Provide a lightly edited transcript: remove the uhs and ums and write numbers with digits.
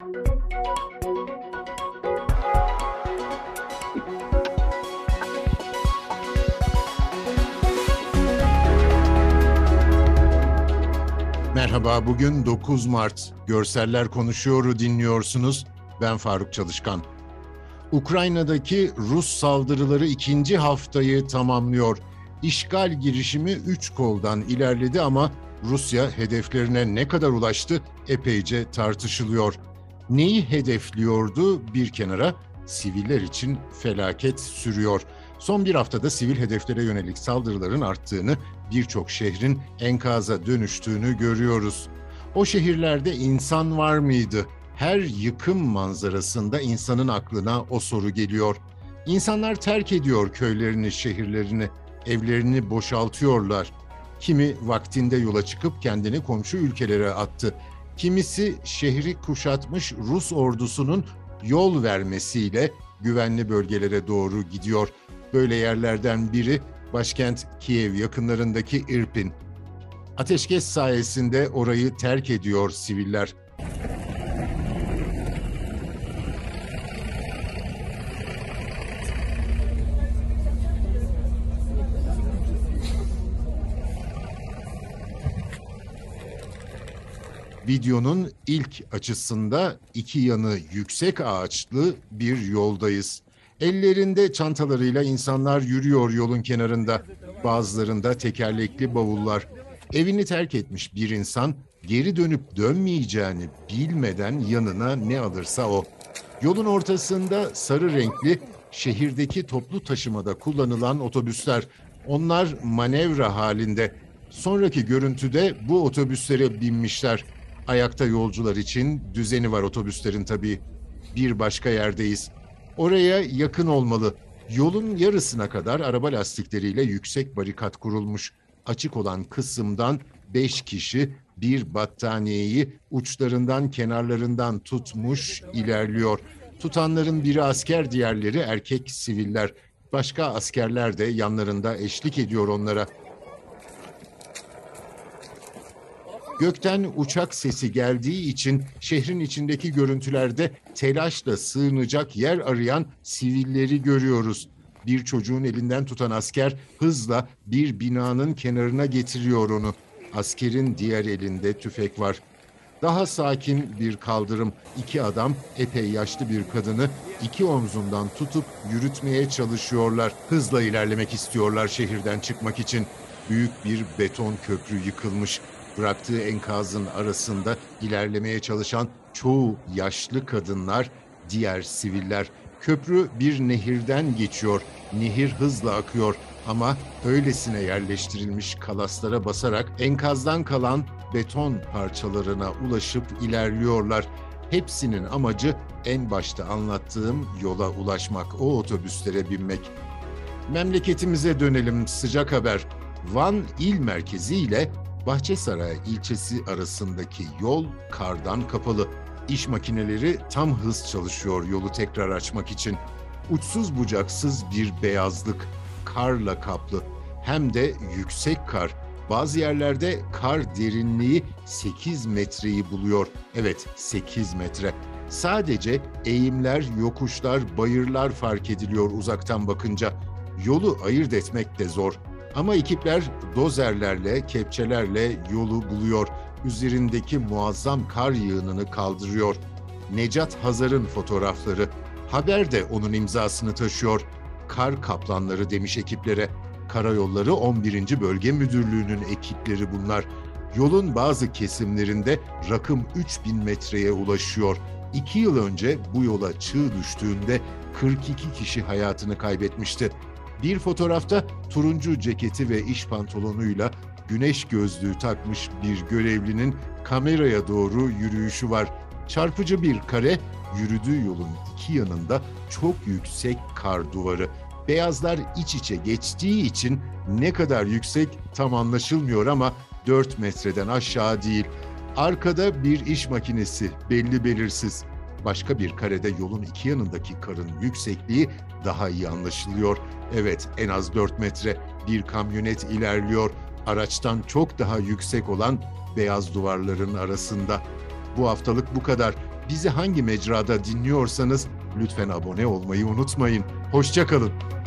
Merhaba, bugün 9 Mart. Görseller Konuşuyor'u dinliyorsunuz. Ben Faruk Çalışkan. Ukrayna'daki Rus saldırıları ikinci haftayı tamamlıyor. İşgal girişimi 3 koldan ilerledi ama Rusya hedeflerine ne kadar ulaştı epeyce tartışılıyor. Neyi hedefliyordu bir kenara? Siviller için felaket sürüyor. Son bir haftada sivil hedeflere yönelik saldırıların arttığını, birçok şehrin enkaza dönüştüğünü görüyoruz. O şehirlerde insan var mıydı? Her yıkım manzarasında insanın aklına o soru geliyor. İnsanlar terk ediyor köylerini, şehirlerini, evlerini boşaltıyorlar. Kimi vaktinde yola çıkıp kendini komşu ülkelere attı. Kimisi şehri kuşatmış Rus ordusunun yol vermesiyle güvenli bölgelere doğru gidiyor. Böyle yerlerden biri başkent Kiev yakınlarındaki Irpin. Ateşkes sayesinde orayı terk ediyor siviller. Videonun ilk açısında iki yanı yüksek ağaçlı bir yoldayız. Ellerinde çantalarıyla insanlar yürüyor yolun kenarında. Bazılarında tekerlekli bavullar. Evini terk etmiş bir insan geri dönüp dönmeyeceğini bilmeden yanına ne alırsa o. Yolun ortasında sarı renkli şehirdeki toplu taşımada kullanılan otobüsler. Onlar manevra halinde. Sonraki görüntüde bu otobüslere binmişler. Ayakta yolcular için düzeni var otobüslerin tabii. Bir başka yerdeyiz. Oraya yakın olmalı. Yolun yarısına kadar araba lastikleriyle yüksek barikat kurulmuş. Açık olan kısımdan 5 kişi bir battaniyeyi uçlarından kenarlarından tutmuş ilerliyor. Tutanların biri asker, diğerleri erkek siviller. Başka askerler de yanlarında eşlik ediyor onlara. Gökten uçak sesi geldiği için şehrin içindeki görüntülerde telaşla sığınacak yer arayan sivilleri görüyoruz. Bir çocuğun elinden tutan asker hızla bir binanın kenarına getiriyor onu. Askerin diğer elinde tüfek var. Daha sakin bir kaldırım. İki adam epey yaşlı bir kadını iki omzundan tutup yürütmeye çalışıyorlar. Hızla ilerlemek istiyorlar şehirden çıkmak için. Büyük bir beton köprü yıkılmış. Bıraktığı enkazın arasında ilerlemeye çalışan çoğu yaşlı kadınlar, diğer siviller. Köprü bir nehirden geçiyor. Nehir hızla akıyor ama öylesine yerleştirilmiş kalaslara basarak enkazdan kalan beton parçalarına ulaşıp ilerliyorlar. Hepsinin amacı en başta anlattığım yola ulaşmak, o otobüslere binmek. Memleketimize dönelim, sıcak haber. Van il merkezi ile Bahçesaray ilçesi arasındaki yol kardan kapalı. İş makineleri tam hız çalışıyor yolu tekrar açmak için. Uçsuz bucaksız bir beyazlık, karla kaplı. Hem de yüksek kar. Bazı yerlerde kar derinliği 8 metreyi buluyor. Evet, 8 metre. Sadece eğimler, yokuşlar, bayırlar fark ediliyor uzaktan bakınca. Yolu ayırt etmek de zor. Ama ekipler dozerlerle, kepçelerle yolu buluyor. Üzerindeki muazzam kar yığınını kaldırıyor. Necat Hazar'ın fotoğrafları. Haber de onun imzasını taşıyor. Kar kaplanları demiş ekiplere. Karayolları 11. Bölge Müdürlüğü'nün ekipleri bunlar. Yolun bazı kesimlerinde rakım 3000 metreye ulaşıyor. 2 yıl önce bu yola çığ düştüğünde 42 kişi hayatını kaybetmişti. Bir fotoğrafta turuncu ceketi ve iş pantolonuyla güneş gözlüğü takmış bir görevlinin kameraya doğru yürüyüşü var. Çarpıcı bir kare, yürüdüğü yolun iki yanında çok yüksek kar duvarı. Beyazlar iç içe geçtiği için ne kadar yüksek tam anlaşılmıyor ama 4 metreden aşağı değil. Arkada bir iş makinesi, belli belirsiz. Başka bir karede yolun iki yanındaki karın yüksekliği daha iyi anlaşılıyor. Evet, en az 4 metre bir kamyonet ilerliyor. Araçtan çok daha yüksek olan beyaz duvarların arasında. Bu haftalık bu kadar. Bizi hangi mecrada dinliyorsanız lütfen abone olmayı unutmayın. Hoşça kalın.